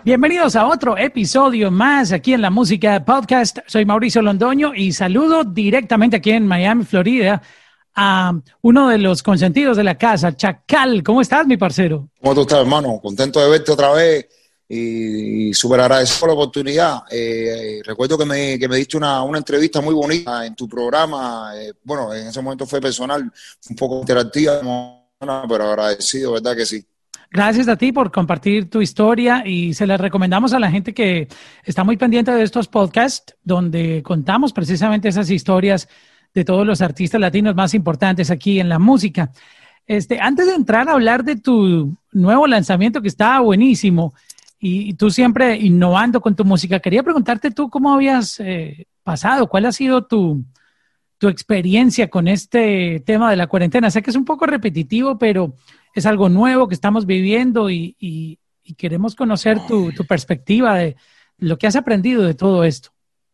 Bienvenidos a otro episodio más aquí en La Música Podcast. Soy Mauricio Londoño y saludo directamente aquí en Miami, Florida, a uno de los consentidos de la casa, Chacal. ¿Cómo estás, mi parcero? ¿Cómo tú estás, hermano? Contento de verte otra vez y súper agradecido por la oportunidad. Recuerdo que me diste una entrevista muy bonita en tu programa. Bueno, en ese momento fue personal, un poco interactiva, pero agradecido, ¿verdad que sí? Gracias a ti por compartir tu historia y se les recomendamos a la gente que está muy pendiente de estos podcasts donde contamos precisamente esas historias de todos los artistas latinos más importantes aquí en la música. Antes de entrar a hablar de tu nuevo lanzamiento que está buenísimo y tú siempre innovando con tu música, quería preguntarte tú cómo habías pasado, cuál ha sido tu experiencia con este tema de la cuarentena. Sé que es un poco repetitivo, pero es algo nuevo que estamos viviendo y queremos conocer tu perspectiva de lo que has aprendido de todo esto.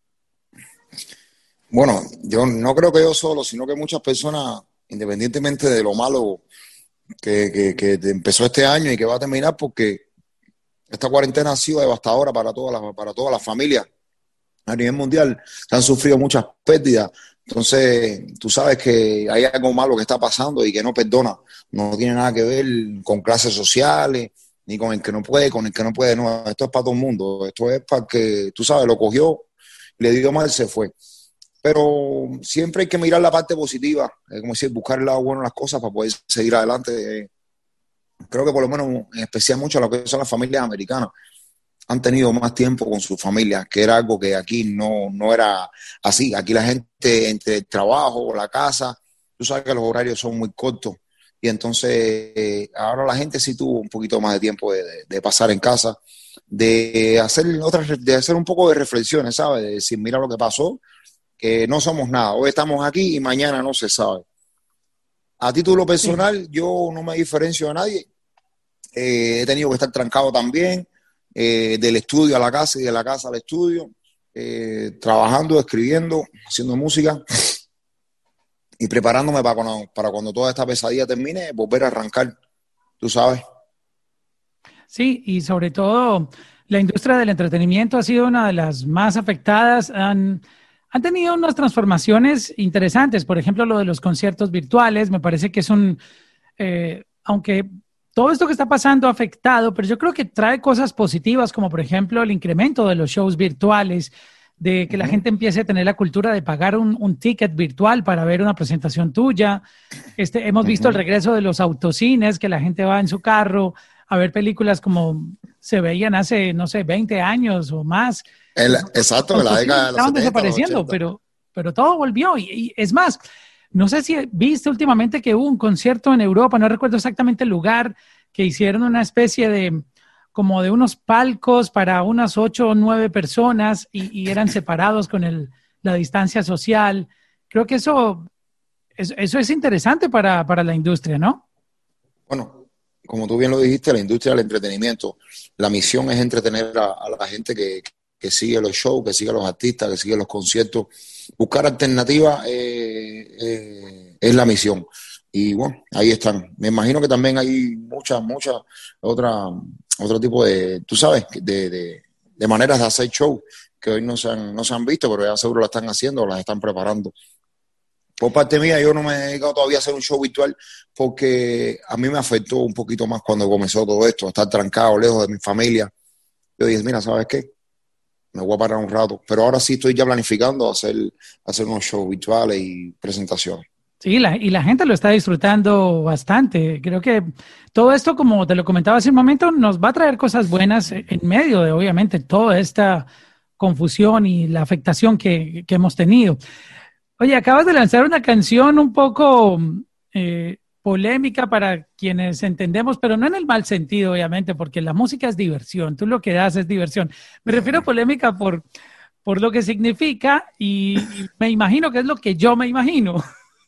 Bueno, yo no creo que yo solo, sino que muchas personas, independientemente de lo malo que empezó este año y que va a terminar, porque esta cuarentena ha sido devastadora para todas las familias a nivel mundial. Se han sufrido muchas pérdidas. Entonces, tú sabes que hay algo malo que está pasando y que no perdona. No tiene nada que ver con clases sociales, ni con el que no puede, con el que no puede. No, esto es para todo el mundo. Esto es para que, tú sabes, lo cogió, le dio mal, se fue. Pero siempre hay que mirar la parte positiva, como decir, buscar el lado bueno de las cosas para poder seguir adelante. Creo que por lo menos, en especial mucho a lo que son las familias americanas, han tenido más tiempo con sus familias, que era algo que aquí no era así. Aquí la gente, entre el trabajo, la casa, tú sabes que los horarios son muy cortos y entonces ahora la gente sí tuvo un poquito más de tiempo de pasar en casa, de hacer un poco de reflexiones, ¿sabes? De decir, mira lo que pasó, que no somos nada, hoy estamos aquí y mañana no se sabe. A título personal, yo no me diferencio de nadie, he tenido que estar trancado también, del estudio a la casa y de la casa al estudio, trabajando, escribiendo, haciendo música y preparándome para cuando toda esta pesadilla termine, volver a arrancar, tú sabes. Sí, y sobre todo la industria del entretenimiento ha sido una de las más afectadas. Han tenido unas transformaciones interesantes, por ejemplo, lo de los conciertos virtuales, me parece que es aunque todo esto que está pasando ha afectado, pero yo creo que trae cosas positivas, como por ejemplo el incremento de los shows virtuales, de que la gente empiece a tener la cultura de pagar un ticket virtual para ver una presentación tuya. Hemos visto el regreso de los autocines, que la gente va en su carro a ver películas como se veían hace, no sé, 20 años o más. Exacto, en la década de los 70, desapareciendo, pero todo volvió. Y es más, no sé si viste últimamente que hubo un concierto en Europa, no recuerdo exactamente el lugar, que hicieron una especie de como de unos palcos para unas 8 o 9 personas y eran separados con la distancia social. Creo que eso es interesante para la industria, ¿no? Bueno, como tú bien lo dijiste, la industria del entretenimiento, la misión es entretener a la gente que sigue los shows, que sigue los artistas, que sigue los conciertos. Buscar alternativas es la misión. Y bueno, ahí están. Me imagino que también hay muchas otro tipo de, tú sabes, de maneras de hacer show que hoy no se han visto, pero ya seguro la están haciendo o las están preparando. Por parte mía, yo no me he dedicado todavía a hacer un show virtual porque a mí me afectó un poquito más cuando comenzó todo esto, estar trancado, lejos de mi familia. Yo dije, mira, ¿sabes qué? Me voy a parar un rato. Pero ahora sí estoy ya planificando hacer unos shows virtuales y presentaciones. Sí, y la gente lo está disfrutando bastante. Creo que todo esto, como te lo comentaba hace un momento, nos va a traer cosas buenas en medio de, obviamente, toda esta confusión y la afectación que hemos tenido. Oye, acabas de lanzar una canción un poco polémica para quienes entendemos, pero no en el mal sentido, obviamente, porque la música es diversión. Tú lo que das es diversión. Me refiero a polémica por lo que significa y me imagino que es lo que yo me imagino.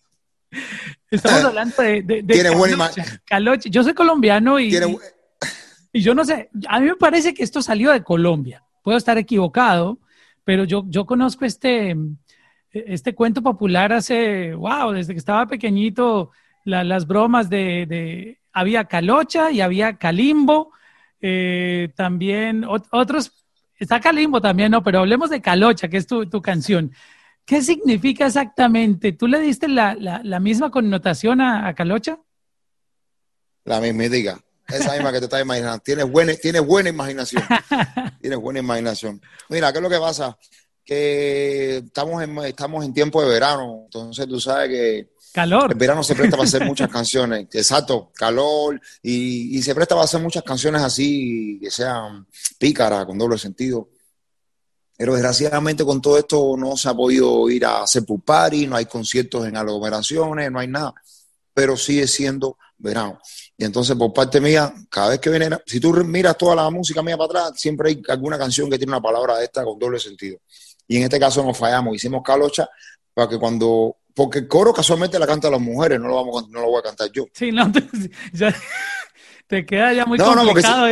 Estamos hablando de Caloche. Yo soy colombiano y yo no sé, a mí me parece que esto salió de Colombia. Puedo estar equivocado, pero yo conozco este cuento popular desde que estaba pequeñito, las bromas había calocha y había calimbo, También otros, está Calimbo también, ¿no? Pero hablemos de Calocha, que es tu canción. ¿Qué significa exactamente? ¿Tú le diste la misma connotación a Calocha? La mismitica. Esa misma que te estás imaginando. Tienes buena imaginación. Tienes buena imaginación. Mira, ¿qué es lo que pasa? Que estamos en tiempo de verano. Entonces tú sabes que el Calor. verano se presta para hacer muchas canciones. Exacto, calor. Y se presta para hacer muchas canciones así, que sean pícaras, con doble sentido. Pero desgraciadamente con todo esto no se ha podido ir a hacer pool party, no hay conciertos en aglomeraciones, no hay nada. Pero sigue siendo verano. Y entonces por parte mía, cada vez que viene, si tú miras toda la música mía para atrás, siempre hay alguna canción que tiene una palabra de esta con doble sentido. Y en este caso nos fallamos, hicimos Calocha para que porque el coro casualmente la cantan las mujeres, no lo voy a cantar yo. Sí, no, ya, te queda ya muy No, porque complicado.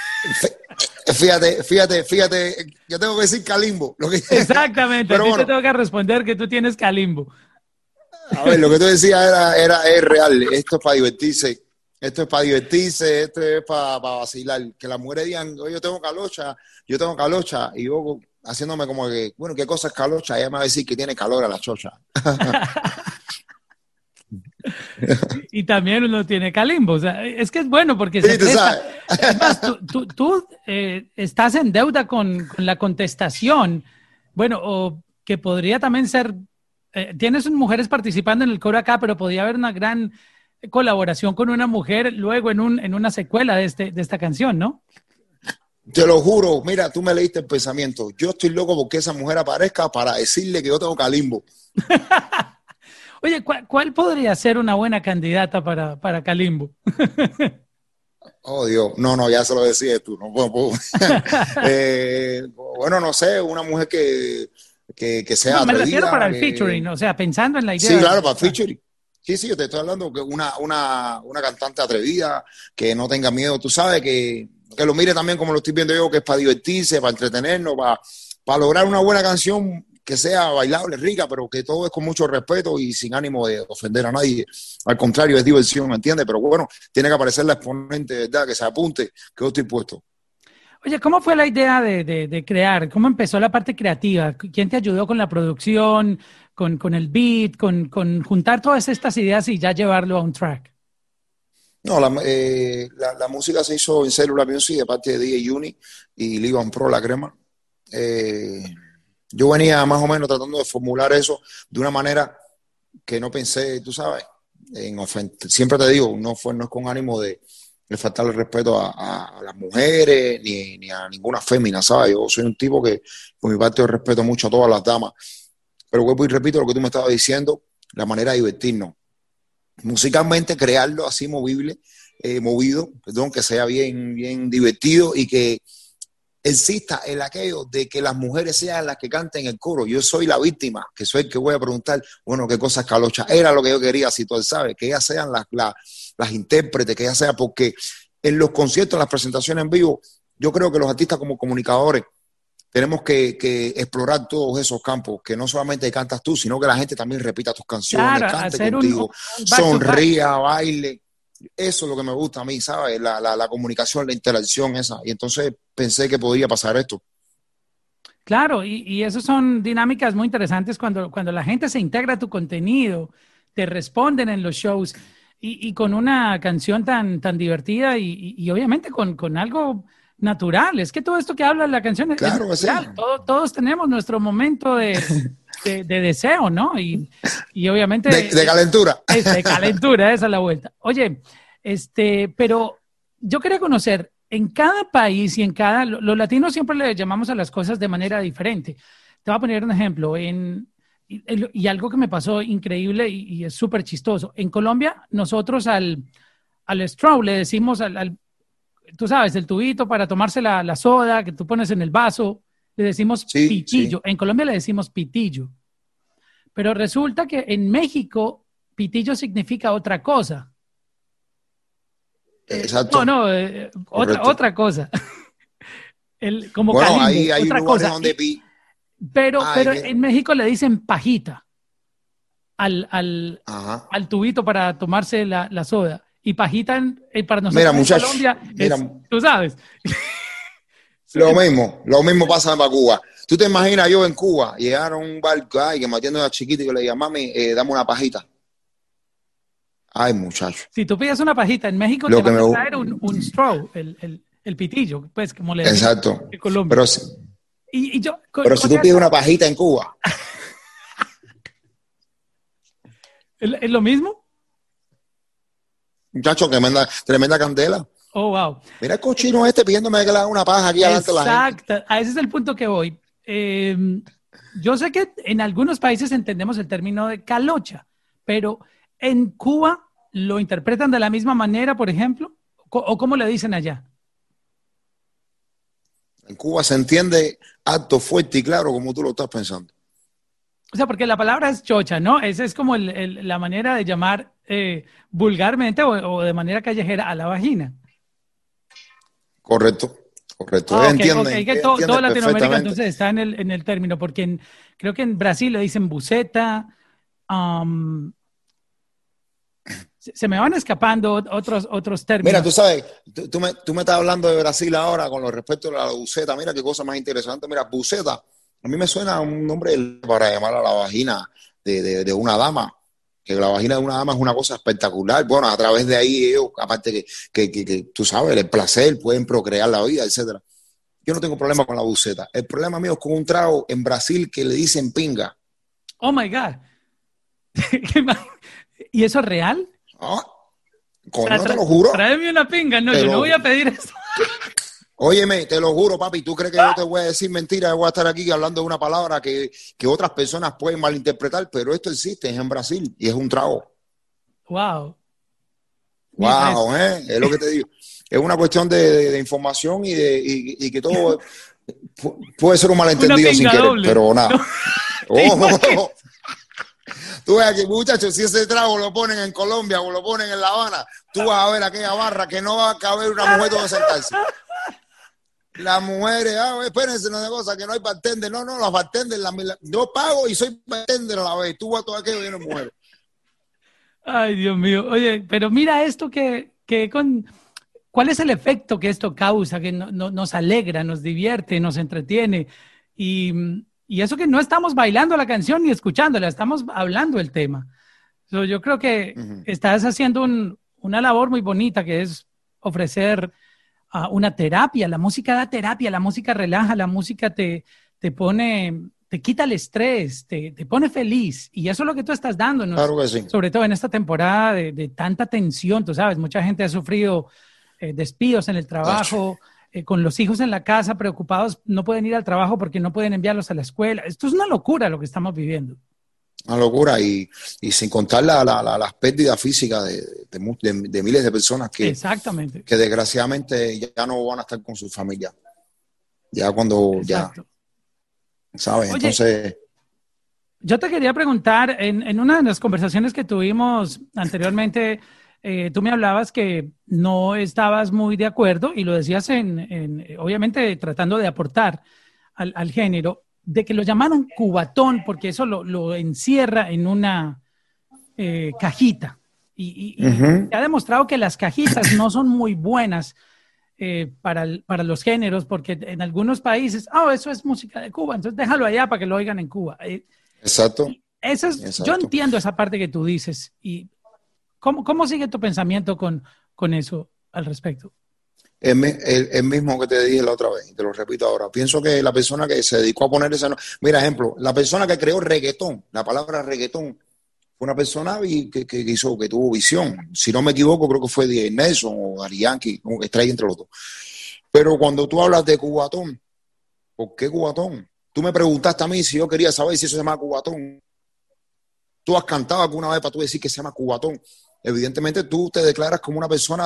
fíjate, yo tengo que decir Calimbo. Exactamente, pero a ti te bueno, tengo que responder que tú tienes Calimbo. a ver, lo que tú decías es real. Esto es para divertirse, esto es para vacilar. Que las mujeres digan, oye, yo tengo calocha, y yo haciéndome como que, bueno, ¿qué cosa es calocha? Ella me va a decir que tiene calor a la chocha. Y también uno tiene Calimbo. O sea, es que es bueno porque se Sí, tú presta. sabes. Es más, tú estás en deuda con la contestación. Bueno, o que podría también ser. Tienes mujeres participando en el coro acá, pero podría haber una gran colaboración con una mujer luego en una secuela de esta canción, ¿no? Te lo juro, mira, tú me leíste el pensamiento. Yo estoy loco porque esa mujer aparezca para decirle que yo tengo calimbo. Oye, ¿cuál podría ser una buena candidata para Calimbo? Oh, Dios. No, ya se lo decías tú. No puedo. Bueno, no sé, una mujer que sea No, me refiero para atrevida. el featuring, o sea, pensando en la Sí, idea. claro, para featuring. Sí, sí, yo te estoy hablando que una cantante atrevida, que no tenga miedo, tú sabes, que lo mire también como lo estoy viendo yo, que es para divertirse, para entretenernos, para lograr una buena canción que sea bailable, rica, pero que todo es con mucho respeto y sin ánimo de ofender a nadie. Al contrario, es diversión, ¿me entiendes? Pero bueno, tiene que aparecer la exponente, ¿verdad? Que se apunte, que yo estoy puesto. Oye, ¿cómo fue la idea de crear? ¿Cómo empezó la parte creativa? ¿Quién te ayudó con la producción, con el beat, con juntar todas estas ideas y ya llevarlo a un track? No, la música se hizo en Cellular Music de parte de DJ Uni y Livan Pro, la crema. Eh, yo venía más o menos tratando de formular eso de una manera que no pensé, tú sabes, siempre te digo, no es con ánimo de faltarle respeto a las mujeres ni a ninguna fémina, ¿sabes? Yo soy un tipo que por mi parte yo respeto mucho a todas las damas, pero vuelvo y repito lo que tú me estabas diciendo, la manera de divertirnos. Musicalmente crearlo así movido, perdón, que sea bien, bien divertido y que exista el aquello de que las mujeres sean las que canten el coro. Yo soy la víctima, que soy el que voy a preguntar, bueno, qué cosas Calocha. Era lo que yo quería, si tú sabes, que ellas sean las intérpretes, que ellas sean, porque en los conciertos, en las presentaciones en vivo, yo creo que los artistas como comunicadores tenemos que explorar todos esos campos, que no solamente cantas tú, sino que la gente también repita tus canciones, Claro, cante hacer contigo, un back to back. sonría, baile. Eso es lo que me gusta a mí, ¿sabes? La comunicación, la interacción esa. Y entonces pensé que podía pasar esto. Claro, y eso son dinámicas muy interesantes cuando la gente se integra a tu contenido, te responden en los shows y con una canción tan divertida y obviamente con algo natural. Es que todo esto que habla la canción es Claro que sí. natural. Todos tenemos nuestro momento de deseo, ¿no? Y obviamente De calentura. de calentura, esa es la vuelta. Oye, pero yo quería conocer, en cada país y los latinos siempre le llamamos a las cosas de manera diferente. Te voy a poner un ejemplo, y algo que me pasó increíble y es súper chistoso. En Colombia, nosotros al straw le decimos tú sabes, el tubito para tomarse la soda que tú pones en el vaso, le decimos Sí, pitillo. sí. En Colombia le decimos pitillo. Pero resulta que en México, pitillo significa otra cosa. No, Exacto. no, Correcto. otra cosa. Como Bueno, calimbo, hay otra lugares cosa. donde Pero que. en México le dicen pajita al, al, Ajá. al tubito para tomarse la soda. Y pajita para Mira, nosotros en muchachos, Colombia mira, es, tú sabes. lo mismo pasa para Cuba. ¿Tú te imaginas yo en Cuba llegar a un barco y que me atiende a chiquita y que le diga, mami, dame una pajita? Ay, muchacho. Si tú pides una pajita en México, te Lo que van me... a traer un straw, el pitillo, pues como le decimos Exacto. en Colombia. Pero, Y yo, pero si con tú pides eso, una pajita en Cuba, ¿es lo mismo? muchacho, tremenda candela. Oh, wow. Mira el cochino pidiéndome que le haga una paja aquí adelante a la gente. Exacto, a ese es el punto que voy. Yo sé que en algunos países entendemos el término de calocha, pero en Cuba lo interpretan de la misma manera, por ejemplo, o cómo le dicen allá. En Cuba se entiende alto, fuerte y claro como tú lo estás pensando. O sea, porque la palabra es chocha, ¿no? Esa es como la manera de llamar vulgarmente o de manera callejera a la vagina. Correcto, correcto. Ah, ok, ok, que Ellos todo entienden Latinoamérica perfectamente. entonces está en el término, porque creo que en Brasil le dicen buceta, um, se me van escapando otros Mira, términos. tú sabes, tú me estás hablando de Brasil ahora con lo respecto a la buceta. Mira qué cosa más interesante. Mira, buceta, a mí me suena un nombre para llamar a la vagina de una dama. Que la vagina de una dama es una cosa espectacular. Bueno, a través de ahí ellos, aparte que tú sabes, el placer, pueden procrear la vida, etcétera. Yo no tengo problema con la buceta. El problema mío es con un trago en Brasil que le dicen pinga. Oh my God. ¿Y eso es real? Ah, O sea, coño, te lo juro. tráeme una pinga. No, Te yo no lo, voy a pedir eso. Óyeme, te lo juro, papi, ¿tú crees que yo te voy a decir mentira? Yo voy a estar aquí hablando de una palabra que otras personas pueden malinterpretar, pero esto existe, es en Brasil y es un trago. Wow. Mira, Wow, es lo que te digo. Es una cuestión de información y que todo puede ser un una malentendido sin pinga querer, doble. pero nada. No, ¿te imaginas? Tú ves aquí, muchachos, si ese trago lo ponen en Colombia o lo ponen en La Habana, tú vas a ver aquella barra que no va a caber una mujer donde sentarse. Las mujeres, espérense una cosa, que no hay bartender. No, las bartender, yo pago y soy bartender a la vez. Tú vas todo aquello y vienen mujeres. Ay, Dios mío. Oye, pero mira esto ¿cuál es el efecto que esto causa? Que nos alegra, nos divierte, nos entretiene. Y, y eso que no estamos bailando la canción ni escuchándola, estamos hablando el tema. Yo creo que estás haciendo una labor muy bonita, que es ofrecer una terapia. La música da terapia, la música relaja, la música te pone, te quita el estrés, te pone feliz. Y eso es lo que tú estás dándonos, Claro que sí. sobre todo en esta temporada de tanta tensión. Tú sabes, mucha gente ha sufrido despidos en el trabajo, con los hijos en la casa, preocupados, no pueden ir al trabajo porque no pueden enviarlos a la escuela. Esto es una locura lo que estamos viviendo. Una locura y sin contar las pérdidas físicas de miles de personas Exactamente. que desgraciadamente ya no van a estar con su familia. Ya cuando Exacto. ya, ¿sabes? Oye, Entonces... yo te quería preguntar, en una de las conversaciones que tuvimos anteriormente, tú me hablabas que no estabas muy de acuerdo y lo decías obviamente tratando de aportar al género, de que lo llamaron cubatón porque eso lo encierra en una cajita. Y se ha demostrado que las cajitas no son muy buenas para los géneros, porque en algunos países, eso es música de Cuba, entonces déjalo allá para que lo oigan en Cuba. Exacto. Yo entiendo esa parte que tú dices. ¿Y cómo sigue tu pensamiento con eso al respecto? El mismo que te dije la otra vez, y te lo repito ahora. Pienso que la persona que se dedicó a poner esa... Mira, ejemplo, la persona que creó reggaetón, la palabra reggaetón, fue una persona que tuvo visión. Si no me equivoco, creo que fue DJ Nelson o Daddy Yankee, que está ahí entre los dos. Pero cuando tú hablas de cubatón, ¿por qué cubatón? Tú me preguntaste a mí si yo quería saber si eso se llama cubatón. Tú has cantado alguna vez para tú decir que se llama cubatón. Evidentemente tú te declaras como una persona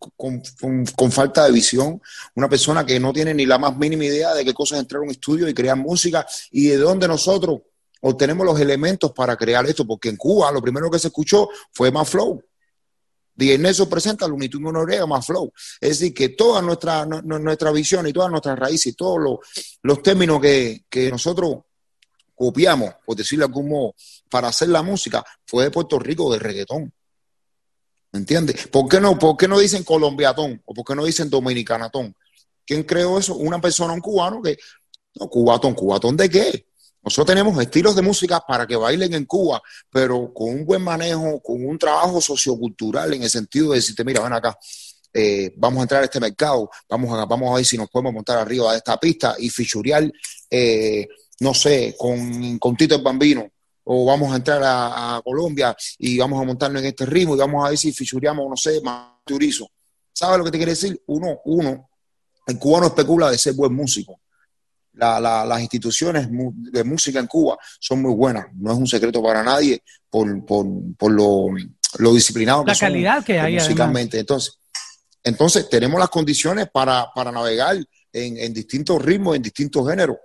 con falta de visión, una persona que no tiene ni la más mínima idea de qué cosa es entrar a un estudio y crear música y de dónde nosotros obtenemos los elementos para crear esto, porque en Cuba lo primero que se escuchó fue Más Flow. DJ Nelson presenta Looney Tunes Orega Más Flow. Es decir, que toda nuestra visión y todas nuestras raíces y todos los términos que nosotros copiamos, por decirlo de algún modo, para hacer la música, fue de Puerto Rico, de reggaetón. ¿Entiendes? ¿Por qué no dicen colombiatón o por qué no dicen dominicanatón? ¿Quién creó eso? Una persona, un cubano que, no, cubatón, ¿cubatón de qué? Nosotros tenemos estilos de música para que bailen en Cuba, pero con un buen manejo, con un trabajo sociocultural en el sentido de decirte, mira, ven acá, vamos a entrar a este mercado, vamos a ver si nos podemos montar arriba de esta pista y fichurear, no sé, con Tito el Bambino, o vamos a entrar a Colombia y vamos a montarnos en este ritmo y vamos a ver si fichureamos, no sé, más Turizo. ¿Sabes lo que te quiere decir? El cubano especula de ser buen músico. Las instituciones de música en Cuba son muy buenas, no es un secreto para nadie por lo disciplinado que La son calidad que hay musicalmente. además. Entonces, tenemos las condiciones para navegar en distintos ritmos, en distintos géneros.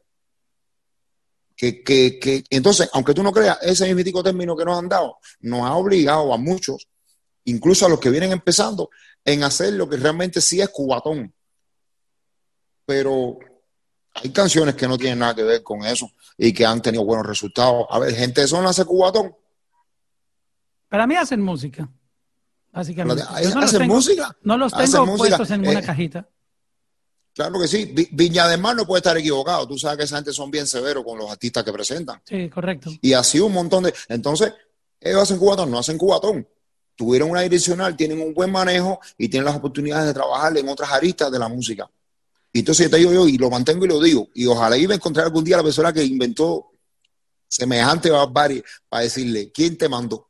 Entonces, aunque tú no creas, ese mismo término que nos han dado nos ha obligado a muchos, incluso a los que vienen empezando, en hacer lo que realmente sí es cubatón. Pero hay canciones que no tienen nada que ver con eso y que han tenido buenos resultados. A ver, gente de zona hace cubatón. Para mí hacen música, básicamente. Yo ¿Hacen música? No los tengo puestos en una cajita. Claro que sí. Viña del Mar no puede estar equivocado. Tú sabes que esa gente son bien severos con los artistas que presentan. Sí, correcto. Y así un montón de... Entonces, ellos hacen cubatón, no hacen cubatón. Tuvieron una direccional, tienen un buen manejo y tienen las oportunidades de trabajar en otras aristas de la música. Y entonces te digo yo, y lo mantengo y lo digo, y ojalá iba a encontrar algún día a la persona que inventó semejante barbarie para decirle, ¿quién te mandó?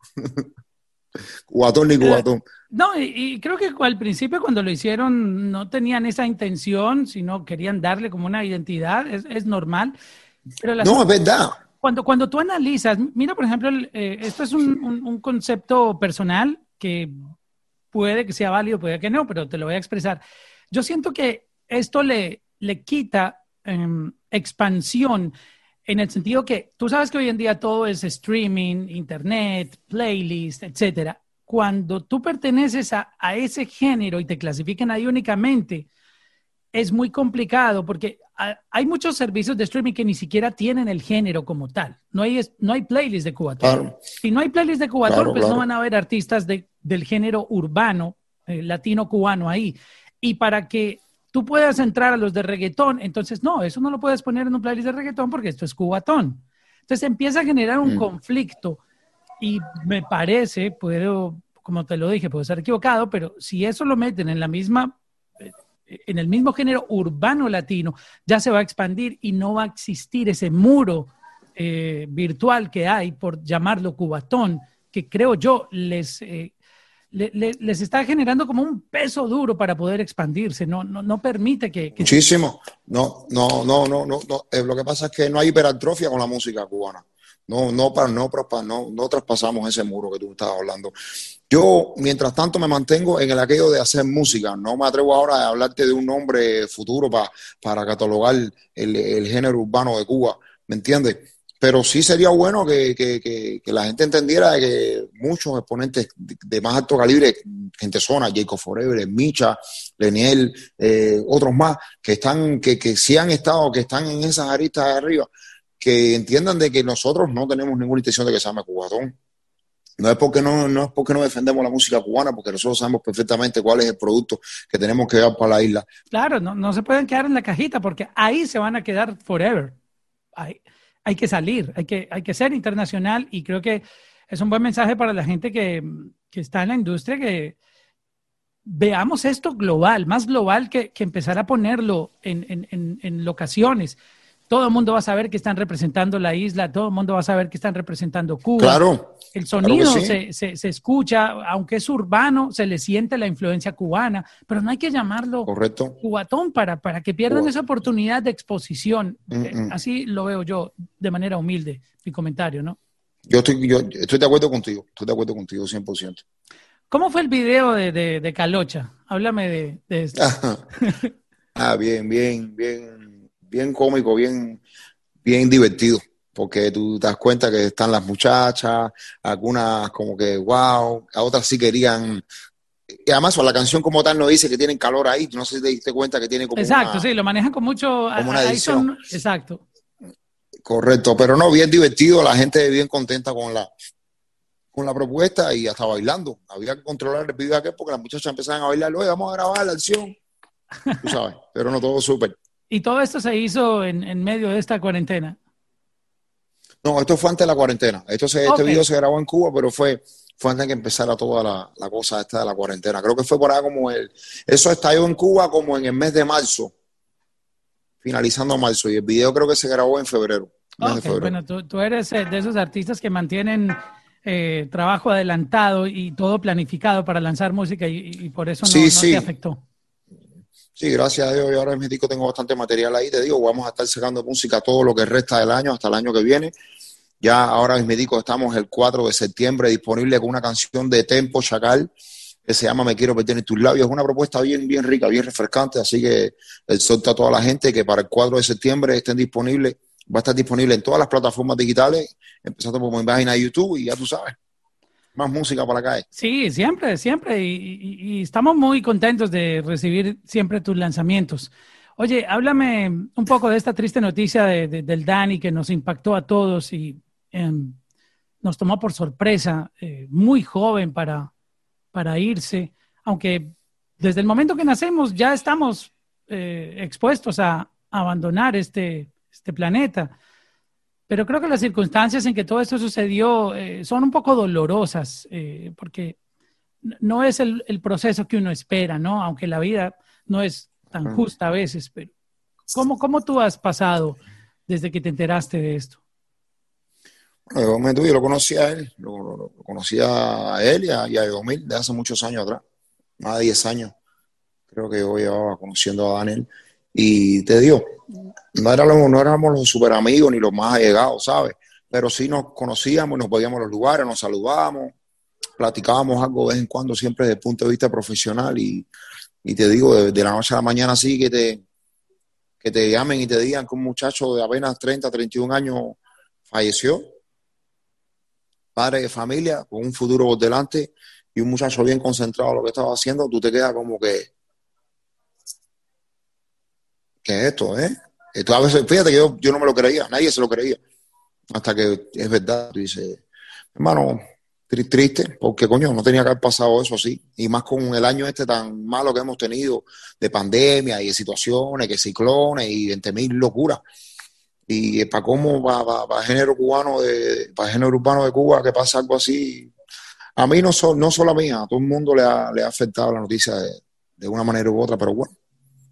Cubatón ni cubatón. No, y creo que al principio cuando lo hicieron no tenían esa intención, sino querían darle como una identidad, es normal. Pero no, es verdad. Cuando tú analizas, mira, por ejemplo, esto es un concepto personal que puede que sea válido, puede que no, pero te lo voy a expresar. Yo siento que esto le quita expansión en el sentido que tú sabes que hoy en día todo es streaming, internet, playlist, etcétera. Cuando tú perteneces a ese género y te clasifican ahí únicamente, es muy complicado porque hay muchos servicios de streaming que ni siquiera tienen el género como tal. No hay playlist de cubatón. Claro. Si no hay playlist de cubatón, pues claro. no van a haber artistas del género urbano, latino cubano ahí. Y para que tú puedas entrar a los de reggaetón, entonces no, eso no lo puedes poner en un playlist de reggaetón porque esto es cubatón. Entonces empieza a generar un conflicto y me parece, como te lo dije, puedo estar equivocado, pero si eso lo meten en el mismo género urbano latino, ya se va a expandir y no va a existir ese muro virtual que hay por llamarlo cubatón, que creo yo les está generando como un peso duro para poder expandirse, no permite que... Muchísimo. No. Lo que pasa es que no hay hiperatrofia con la música cubana. No traspasamos ese muro que tú estabas hablando. Yo, mientras tanto, me mantengo en el aquello de hacer música. No me atrevo ahora a hablarte de un nombre futuro para catalogar el género urbano de Cuba, ¿me entiendes? Pero sí sería bueno que la gente entendiera que muchos exponentes de más alto calibre, gente zona, Jacob Forever, Micha, Leniel, otros más, que sí han estado, que están en esas aristas de arriba, que entiendan de que nosotros no tenemos ninguna intención de que se llame cubatón. No es porque no defendemos la música cubana, porque nosotros sabemos perfectamente cuál es el producto que tenemos que dar para la isla. Claro, no se pueden quedar en la cajita porque ahí se van a quedar forever. Hay que salir, hay que ser internacional y creo que es un buen mensaje para la gente que está en la industria, que veamos esto global, más global que empezar a ponerlo en locaciones. Todo el mundo va a saber que están representando la isla, todo el mundo va a saber que están representando Cuba. Claro. El sonido claro que sí. se escucha, aunque es urbano, se le siente la influencia cubana, pero no hay que llamarlo Correcto. cubatón para que pierdan esa oportunidad de exposición. Así lo veo yo, de manera humilde, mi comentario, ¿no? Yo estoy de acuerdo contigo, 100%. ¿Cómo fue el video de Calocha? Háblame de esto. Bien cómico, bien divertido, porque tú te das cuenta que están las muchachas, algunas como que wow, a otras sí querían, y además la canción como tal no dice que tienen calor ahí, no sé si te diste cuenta que tiene como exacto, sí, lo manejan con mucho... como una edición. Exacto. Correcto, pero no, bien divertido, la gente bien contenta con la propuesta y hasta bailando. Había que controlar el video aquel porque las muchachas empezaban a bailar, oye, vamos a grabar la acción, tú sabes, pero no todo súper. ¿Y todo esto se hizo en medio de esta cuarentena? No, esto fue antes de la cuarentena. Este video se grabó en Cuba, pero fue antes de que empezara toda la cosa esta de la cuarentena. Creo que fue por ahí eso estalló en Cuba como en el mes de marzo, finalizando marzo, y el video creo que se grabó en febrero. Ok, bueno, tú eres de esos artistas que mantienen trabajo adelantado y todo planificado para lanzar música y por eso no te afectó. Sí, gracias a Dios, yo ahora mismo tengo bastante material ahí, te digo, vamos a estar sacando música todo lo que resta del año, hasta el año que viene. Ya ahora mismo estamos el 4 de septiembre disponible con una canción de Tempo Chacal que se llama Me Quiero Perder en Tus Labios. Es una propuesta bien rica, bien refrescante, así que exhorto a toda la gente que para el 4 de septiembre estén disponibles. Va a estar disponible en todas las plataformas digitales, empezando por mi página de YouTube y ya tú sabes. Más música para acá. Sí, siempre. Y estamos muy contentos de recibir siempre tus lanzamientos. Oye, háblame un poco de esta triste noticia del Dani que nos impactó a todos y nos tomó por sorpresa, muy joven para irse, aunque desde el momento que nacemos ya estamos expuestos a abandonar este planeta. Pero creo que las circunstancias en que todo esto sucedió son un poco dolorosas, porque no es el proceso que uno espera, ¿no? Aunque la vida no es tan justa a veces, pero ¿cómo tú has pasado desde que te enteraste de esto? Bueno, yo lo conocí a él, lo conocía a él y a Edomir de hace muchos años atrás, más de 10 años. Creo que yo llevaba conociendo a Daniel. Y te digo, no éramos los super amigos ni los más allegados, ¿sabes? Pero sí nos conocíamos, nos veíamos en los lugares, nos saludábamos, platicábamos algo de vez en cuando, siempre desde el punto de vista profesional. Y te digo, de la noche a la mañana sí que te llamen y te digan que un muchacho de apenas 30, 31 años falleció, padre de familia, con un futuro por delante y un muchacho bien concentrado en lo que estaba haciendo, tú te quedas como que ¿qué es esto, Esto a veces, fíjate que yo no me lo creía, nadie se lo creía, hasta que es verdad. Tú dices, hermano, triste, porque coño, no tenía que haber pasado eso así, y más con el año tan malo que hemos tenido, de pandemia y de situaciones, que ciclones y 20.000 locuras. Y para cómo, para el género cubano, para el género urbano de Cuba, que pasa algo así, a mí no solo a mí, a todo el mundo le ha afectado la noticia de una manera u otra, pero bueno,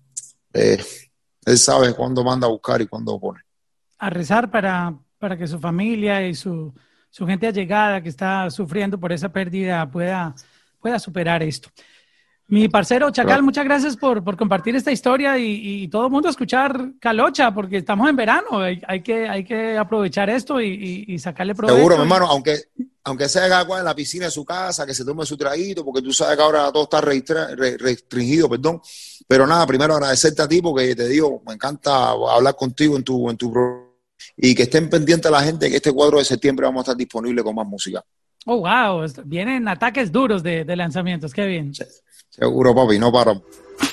él sabe cuándo manda a buscar y cuándo pone. A rezar para que su familia y su gente allegada que está sufriendo por esa pérdida pueda superar esto. Mi parcero Chacal, claro. Muchas gracias por compartir esta historia y todo el mundo escuchar Calocha, porque estamos en verano, hay que aprovechar esto y sacarle provecho. Seguro, mi hermano, aunque sea agua en la piscina de su casa, que se tome su traguito, porque tú sabes que ahora todo está restringido, perdón. Pero nada, primero agradecerte a ti, porque te digo, me encanta hablar contigo en tu programa, y que estén pendientes la gente que este 4 de septiembre vamos a estar disponibles con más música. Oh, wow, vienen ataques duros de lanzamientos, qué bien. Sí. Seguro, papi, no paramos.